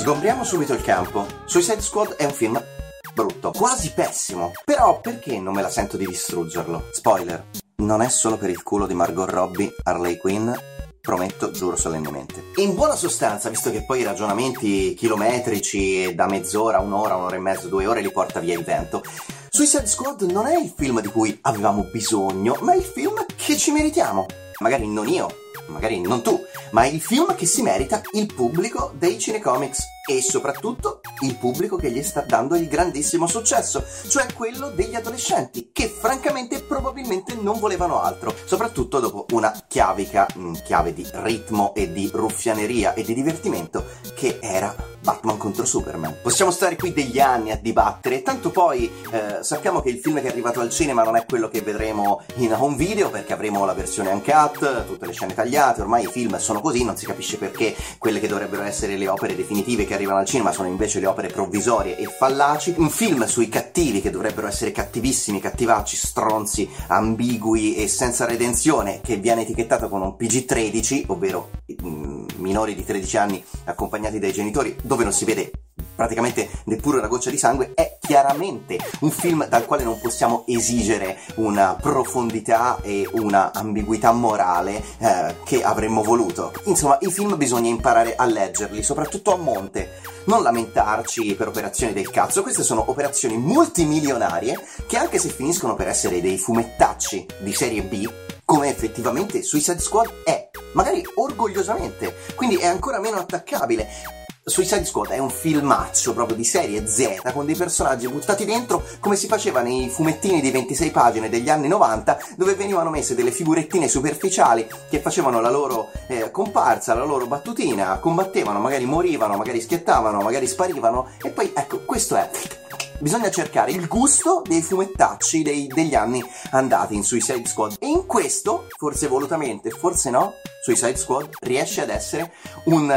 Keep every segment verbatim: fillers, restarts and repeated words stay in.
Sgombriamo subito il campo. Suicide Squad è un film brutto, quasi pessimo. Però perché non me la sento di distruggerlo? Spoiler, non è solo per il culo di Margot Robbie, Harley Quinn, prometto, giuro solennemente. In buona sostanza, visto che poi i ragionamenti chilometrici e da mezz'ora, un'ora, un'ora e mezzo, due ore li porta via il vento, Suicide Squad non è il film di cui avevamo bisogno, ma è il film che ci meritiamo. Magari non io, magari non tu, ma è il film che si merita il pubblico dei cinecomics e soprattutto il pubblico che gli sta dando il grandissimo successo, cioè quello degli adolescenti, che francamente probabilmente non volevano altro, soprattutto dopo una chiavica mh, chiave di ritmo e di ruffianeria e di divertimento che era Batman contro Superman. Possiamo stare qui degli anni a dibattere, tanto poi eh, sappiamo che il film che è arrivato al cinema non è quello che vedremo in home video, perché avremo la versione uncut, tutte le scene tagliate, ormai i film sono così, non si capisce perché quelle che dovrebbero essere le opere definitive che arrivano al cinema sono invece le opere provvisorie e fallaci. Un film sui cattivi che dovrebbero essere cattivissimi, cattivacci, stronzi, ambigui e senza redenzione, che viene etichettato con un P G tredici, ovvero mm, minori di tredici anni accompagnati dai genitori, dove non si vede praticamente neppure una goccia di sangue, è chiaramente un film dal quale non possiamo esigere una profondità e una ambiguità morale eh, che avremmo voluto. Insomma, i film bisogna imparare a leggerli, soprattutto a monte, non lamentarci per operazioni del cazzo. Queste sono operazioni multimilionarie che, anche se finiscono per essere dei fumettacci di serie B, come effettivamente Suicide Squad è, magari orgogliosamente, quindi è ancora meno attaccabile. Suicide Squad è un filmaccio proprio di serie Z, con dei personaggi buttati dentro come si faceva nei fumettini di ventisei pagine degli anni novanta, dove venivano messe delle figurettine superficiali che facevano la loro eh, comparsa, la loro battutina, combattevano, magari morivano, magari schiettavano, magari sparivano, e poi ecco, questo è... Bisogna cercare il gusto dei fumettacci dei, degli anni andati in Suicide Squad, e in questo, forse volutamente, forse no, Suicide Squad riesce ad essere un,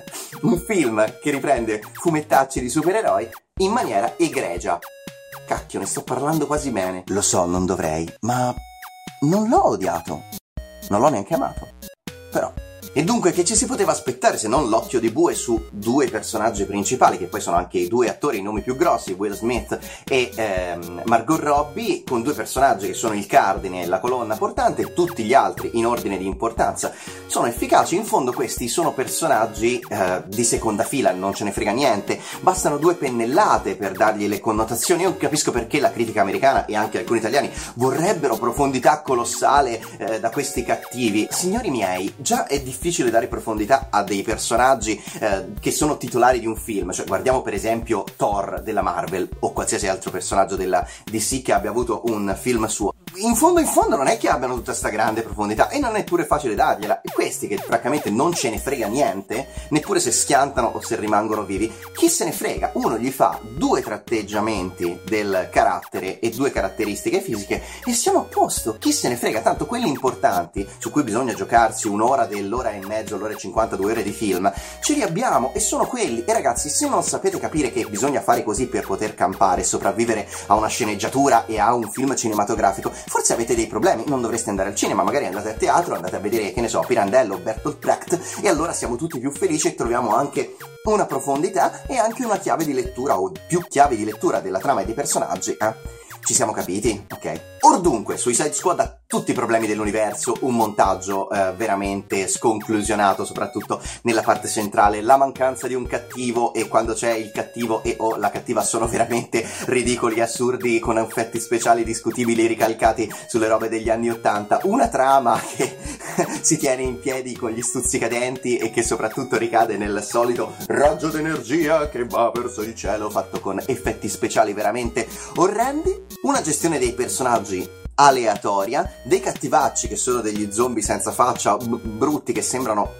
un film che riprende fumettacci di supereroi in maniera egregia. Cacchio, ne sto parlando quasi bene. Lo so, non dovrei, ma non l'ho odiato, non l'ho neanche amato, però... E dunque, che ci si poteva aspettare se non l'occhio di bue su due personaggi principali, che poi sono anche i due attori, i nomi più grossi, Will Smith e ehm, Margot Robbie, con due personaggi che sono il cardine e la colonna portante, tutti gli altri in ordine di importanza sono efficaci. In fondo questi sono personaggi eh, di seconda fila, non ce ne frega niente, bastano due pennellate per dargli le connotazioni. Io capisco perché la critica americana e anche alcuni italiani vorrebbero profondità colossale eh, da questi cattivi. Signori miei, già è difficile difficile dare profondità a dei personaggi eh, che sono titolari di un film, cioè guardiamo per esempio Thor della Marvel o qualsiasi altro personaggio della D C che abbia avuto un film suo. In fondo in fondo non è che abbiano tutta sta grande profondità e non è pure facile dargliela, e questi che francamente non ce ne frega niente, neppure se schiantano o se rimangono vivi, chi se ne frega, uno gli fa due tratteggiamenti del carattere e due caratteristiche fisiche e siamo a posto, chi se ne frega, tanto quelli importanti su cui bisogna giocarsi un'ora dell'ora e mezzo, l'ora e cinquanta, due ore di film, ce li abbiamo e sono quelli. E ragazzi, se non sapete capire che bisogna fare così per poter campare e sopravvivere a una sceneggiatura e a un film cinematografico, forse avete dei problemi, non dovreste andare al cinema, magari andate a teatro, andate a vedere, che ne so, Pirandello, Bertolt Brecht, e allora siamo tutti più felici e troviamo anche una profondità e anche una chiave di lettura o più chiavi di lettura della trama e dei personaggi, eh? Ci siamo capiti? Ok. Or dunque, Suicide Squad ha tutti i problemi dell'universo, un montaggio eh, veramente sconclusionato, soprattutto nella parte centrale, la mancanza di un cattivo, e quando c'è il cattivo e o la cattiva sono veramente ridicoli, assurdi, con effetti speciali discutibili ricalcati sulle robe degli anni ottanta, una trama che si tiene in piedi con gli stuzzicadenti e che soprattutto ricade nel solito raggio d'energia che va verso il cielo, fatto con effetti speciali veramente orrendi, una gestione dei personaggi aleatoria, dei cattivacci che sono degli zombie senza faccia, b- brutti, che sembrano,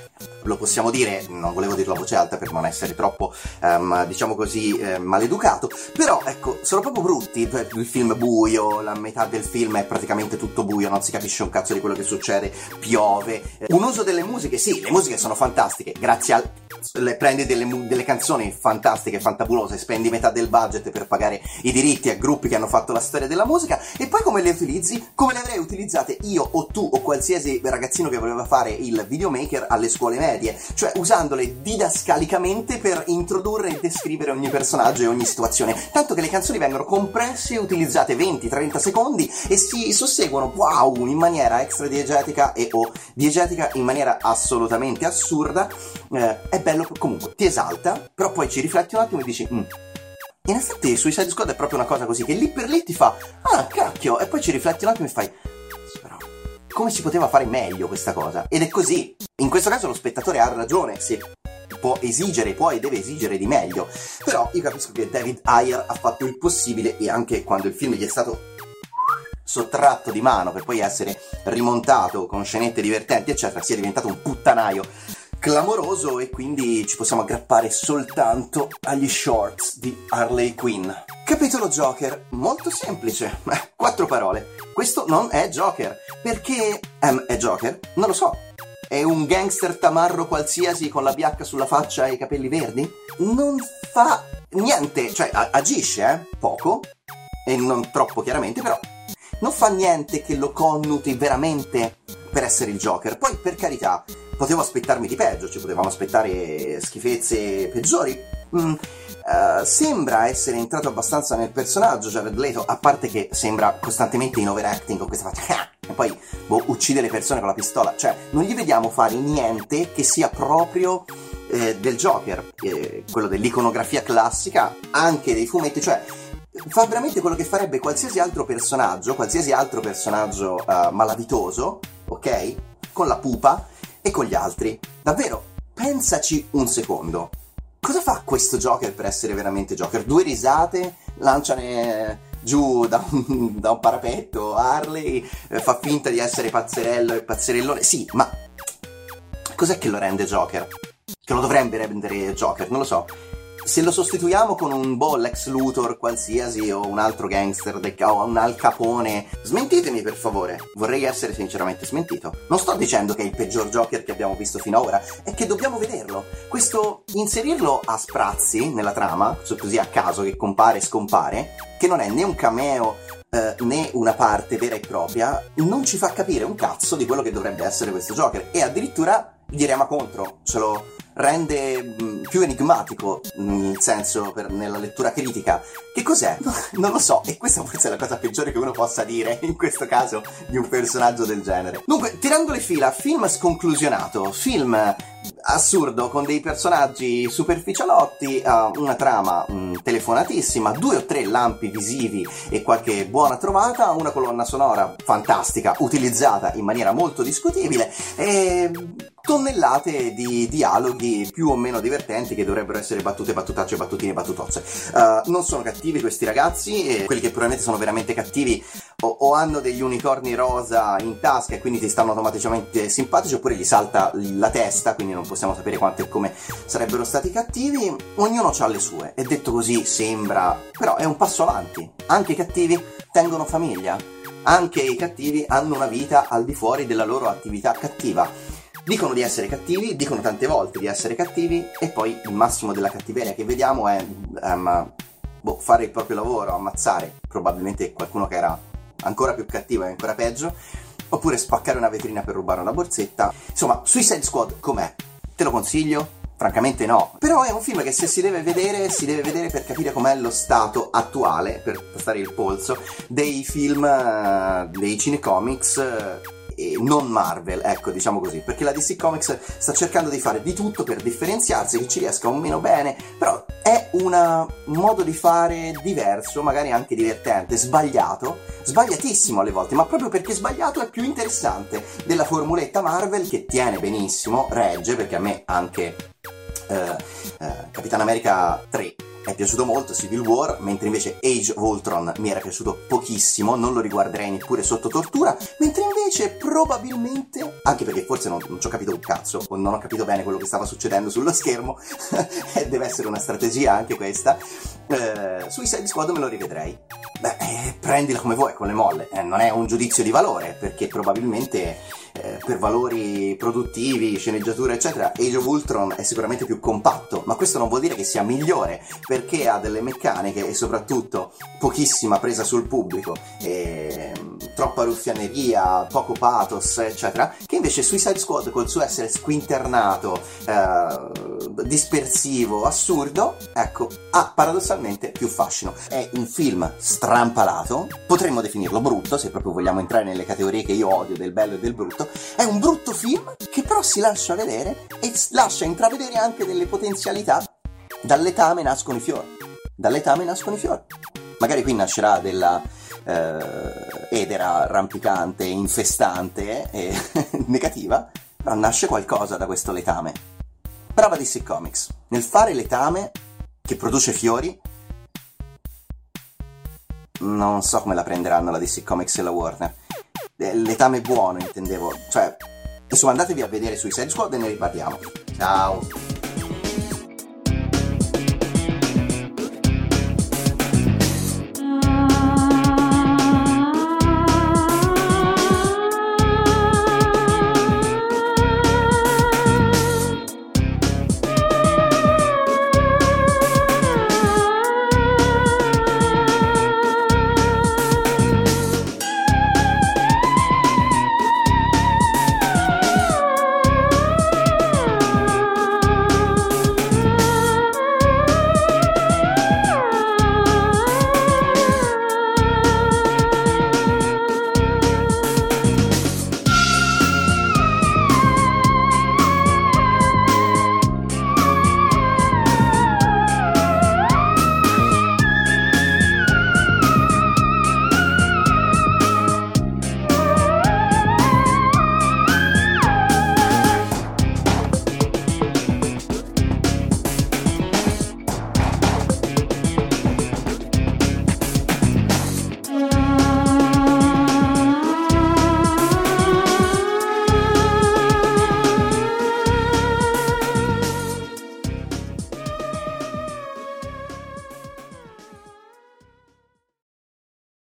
lo possiamo dire, non volevo dirlo a voce alta per non essere troppo, um, diciamo così, eh, maleducato, però ecco, sono proprio brutti. Il film buio, la metà del film è praticamente tutto buio, non si capisce un cazzo di quello che succede, piove, un uso delle musiche, sì, le musiche sono fantastiche, grazie al le, prendi delle, delle canzoni fantastiche, fantabulose, spendi metà del budget per pagare i diritti a gruppi che hanno fatto la storia della musica, e poi come le utilizzi? Come le avrei utilizzate io o tu o qualsiasi ragazzino che voleva fare il videomaker alle scuole medie, cioè usandole didascalicamente per introdurre e descrivere ogni personaggio e ogni situazione, tanto che le canzoni vengono compresse e utilizzate venti trenta secondi e si susseguono, wow, in maniera extra diegetica e o diegetica in maniera assolutamente assurda. Eh, è bello, comunque ti esalta, però poi ci rifletti un attimo e dici mm, in effetti Suicide Squad è proprio una cosa così che lì per lì ti fa ah cacchio, e poi ci rifletti un attimo e fai però come si poteva fare meglio questa cosa? Ed è così, in questo caso lo spettatore ha ragione se può esigere, può e deve esigere di meglio, però io capisco che David Ayer ha fatto il possibile, e anche quando il film gli è stato sottratto di mano per poi essere rimontato con scenette divertenti eccetera, sia diventato un puttanaio clamoroso, e quindi ci possiamo aggrappare soltanto agli shorts di Harley Quinn. Capitolo Joker, molto semplice, eh, quattro parole. Questo non è Joker, perché ehm, è Joker? Non lo so. È un gangster tamarro qualsiasi con la B H sulla faccia e i capelli verdi? Non fa niente, cioè a- agisce, eh, poco, e non troppo chiaramente, però non fa niente che lo connuti veramente per essere il Joker. Poi, per carità, potevo aspettarmi di peggio, ci potevamo aspettare schifezze peggiori. Mm, uh, sembra essere entrato abbastanza nel personaggio Jared Leto, a parte che sembra costantemente in overacting con questa faccia e poi boh, uccide le persone con la pistola, cioè non gli vediamo fare niente che sia proprio eh, del Joker, eh, quello dell'iconografia classica, anche dei fumetti, cioè fa veramente quello che farebbe qualsiasi altro personaggio, qualsiasi altro personaggio uh, malavitoso, ok? Con la pupa e con gli altri. Davvero, pensaci un secondo. Cosa fa questo Joker per essere veramente Joker? Due risate, lanciane giù da un, da un parapetto Harley, eh, fa finta di essere pazzerello e pazzerellone. Sì, ma cos'è che lo rende Joker? Che lo dovrebbe rendere Joker? Non lo so. Se lo sostituiamo con un boh, Lex Luthor qualsiasi o un altro gangster del, o un Al Capone, smentitemi per favore, vorrei essere sinceramente smentito. Non sto dicendo che è il peggior Joker che abbiamo visto finora, è che dobbiamo vederlo. Questo inserirlo a sprazzi nella trama, così a caso che compare e scompare, che non è né un cameo eh, né una parte vera e propria, non ci fa capire un cazzo di quello che dovrebbe essere questo Joker, e addirittura gli rema contro, ce lo rende mh, più enigmatico, nel senso, per, nella lettura critica. Che cos'è? Non lo so, e questa forse è la cosa peggiore che uno possa dire in questo caso di un personaggio del genere. Dunque, tirando le fila, film sconclusionato, film assurdo con dei personaggi superficialotti, uh, una trama mh, telefonatissima, due o tre lampi visivi e qualche buona trovata, una colonna sonora fantastica utilizzata in maniera molto discutibile e tonnellate di dialoghi più o meno divertenti che dovrebbero essere battute, battutacce, battutine, battutozze. Uh, non sono cattivi questi ragazzi, e quelli che probabilmente sono veramente cattivi o, o hanno degli unicorni rosa in tasca e quindi ti stanno automaticamente simpatici, oppure gli salta la testa, quindi non possiamo sapere quanto e come sarebbero stati cattivi. Ognuno ha le sue, e detto così sembra, però è un passo avanti. Anche i cattivi tengono famiglia, anche i cattivi hanno una vita al di fuori della loro attività cattiva. Dicono di essere cattivi, dicono tante volte di essere cattivi, e poi il massimo della cattiveria che vediamo è um, boh, fare il proprio lavoro, ammazzare probabilmente qualcuno che era ancora più cattivo e ancora peggio, oppure spaccare una vetrina per rubare una borsetta. Insomma, Suicide Squad com'è? Te lo consiglio? Francamente no, però è un film che se si deve vedere, si deve vedere per capire com'è lo stato attuale, per tastare il polso, dei film, uh, dei cinecomics, uh, e non Marvel, ecco, diciamo così, perché la D C Comics sta cercando di fare di tutto per differenziarsi, che ci riesca un meno bene, però è un modo di fare diverso, magari anche divertente, sbagliato, sbagliatissimo alle volte, ma proprio perché sbagliato è più interessante della formuletta Marvel, che tiene benissimo, regge, perché a me anche eh, eh, Capitan America tre è piaciuto molto, Civil War, mentre invece Age of Ultron mi era piaciuto pochissimo, non lo riguarderei neppure sotto tortura, mentre invece probabilmente, anche perché forse non, non ci ho capito un cazzo, o non ho capito bene quello che stava succedendo sullo schermo, e deve essere una strategia anche questa, eh, Suicide Squad me lo rivedrei. Beh, eh, prendila come vuoi, con le molle, eh, non è un giudizio di valore, perché probabilmente eh, per valori produttivi, sceneggiatura eccetera, Age of Ultron è sicuramente più compatto, ma questo non vuol dire che sia migliore, perché ha delle meccaniche e soprattutto pochissima presa sul pubblico, e troppa ruffianeria, poco pathos eccetera, che invece Suicide Squad, col suo essere squinternato, eh, dispersivo, assurdo, ecco, ha paradossalmente più fascino. È un film strampalato, potremmo definirlo brutto se proprio vogliamo entrare nelle categorie che io odio del bello e del brutto. È un brutto film che però si lascia vedere e lascia intravedere anche delle potenzialità. Dall'etame nascono i fiori, dall'etame nascono i fiori. Magari qui nascerà della eh, edera rampicante, infestante e negativa, però nasce qualcosa da questo letame. Brava D C Comics, nel fare letame che produce fiori. Non so come la prenderanno la D C Comics e la Warner. Letame buono intendevo, cioè, insomma, andatevi a vedere Suicide Squad e ne riparliamo. Ciao!